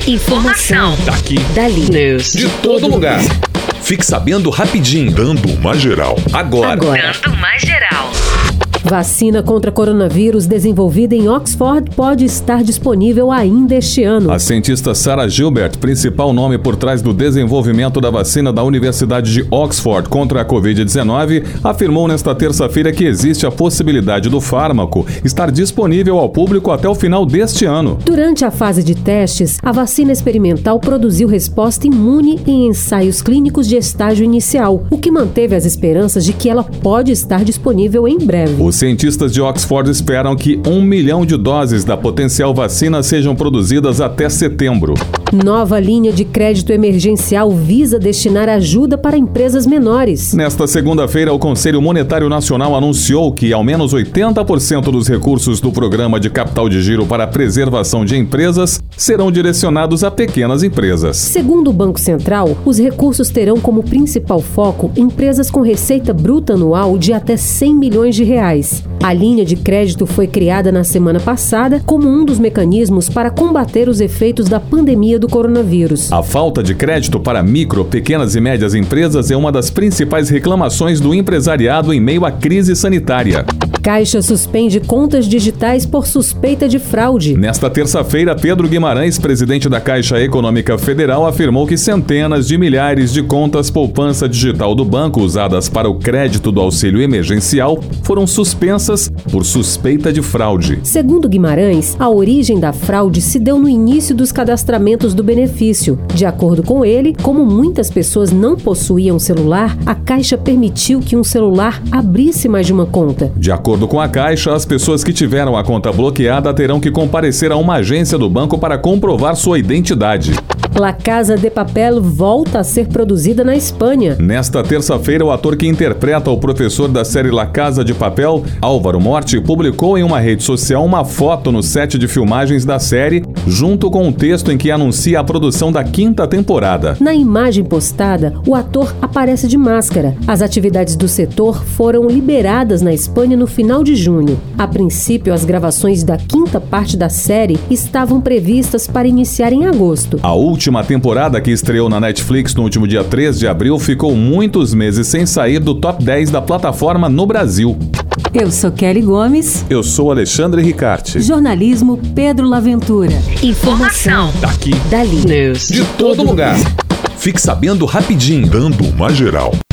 Informação. Daqui. Dali. News. De todo lugar. Fique sabendo rapidinho. Dando uma geral. Agora. Dando mais geral. Vacina contra coronavírus desenvolvida em Oxford pode estar disponível ainda este ano. A cientista Sarah Gilbert, principal nome por trás do desenvolvimento da vacina da Universidade de Oxford contra a Covid-19, afirmou nesta terça-feira que existe a possibilidade do fármaco estar disponível ao público até o final deste ano. Durante a fase de testes, a vacina experimental produziu resposta imune em ensaios clínicos de estágio inicial, o que manteve as esperanças de que ela pode estar disponível em breve. Os cientistas de Oxford esperam que 1 milhão de doses da potencial vacina sejam produzidas até setembro. Nova linha de crédito emergencial visa destinar ajuda para empresas menores. Nesta segunda-feira, o Conselho Monetário Nacional anunciou que ao menos 80% dos recursos do Programa de Capital de Giro para a Preservação de Empresas serão direcionados a pequenas empresas. Segundo o Banco Central, os recursos terão como principal foco empresas com receita bruta anual de até 100 milhões de reais. A linha de crédito foi criada na semana passada como um dos mecanismos para combater os efeitos da pandemia do coronavírus. A falta de crédito para micro, pequenas e médias empresas é uma das principais reclamações do empresariado em meio à crise sanitária. Caixa suspende contas digitais por suspeita de fraude. Nesta terça-feira, Pedro Guimarães, presidente da Caixa Econômica Federal, afirmou que centenas de milhares de contas poupança digital do banco usadas para o crédito do auxílio emergencial foram suspensas por suspeita de fraude. Segundo Guimarães, a origem da fraude se deu no início dos cadastramentos do benefício. De acordo com ele, como muitas pessoas não possuíam celular, a Caixa permitiu que um celular abrisse mais de uma conta. De acordo com a Caixa, as pessoas que tiveram a conta bloqueada terão que comparecer a uma agência do banco para comprovar sua identidade. La Casa de Papel volta a ser produzida na Espanha. Nesta terça-feira, o ator que interpreta o professor da série La Casa de Papel, Álvaro Morte, publicou em uma rede social uma foto no set de filmagens da série, junto com um texto em que anuncia a produção da 5ª temporada. Na imagem postada, o ator aparece de máscara. As atividades do setor foram liberadas na Espanha no final de junho. A princípio, as gravações da 5ª parte da série estavam previstas para iniciar em agosto. A última temporada, que estreou na Netflix no último dia 3 de abril, ficou muitos meses sem sair do top 10 da plataforma no Brasil. Eu sou Kelly Gomes. Eu sou Alexandre Ricarte. Jornalismo Pedro Laventura. Informação. Daqui. Dali. News. De todo lugar. Fique sabendo rapidinho. Dando uma geral.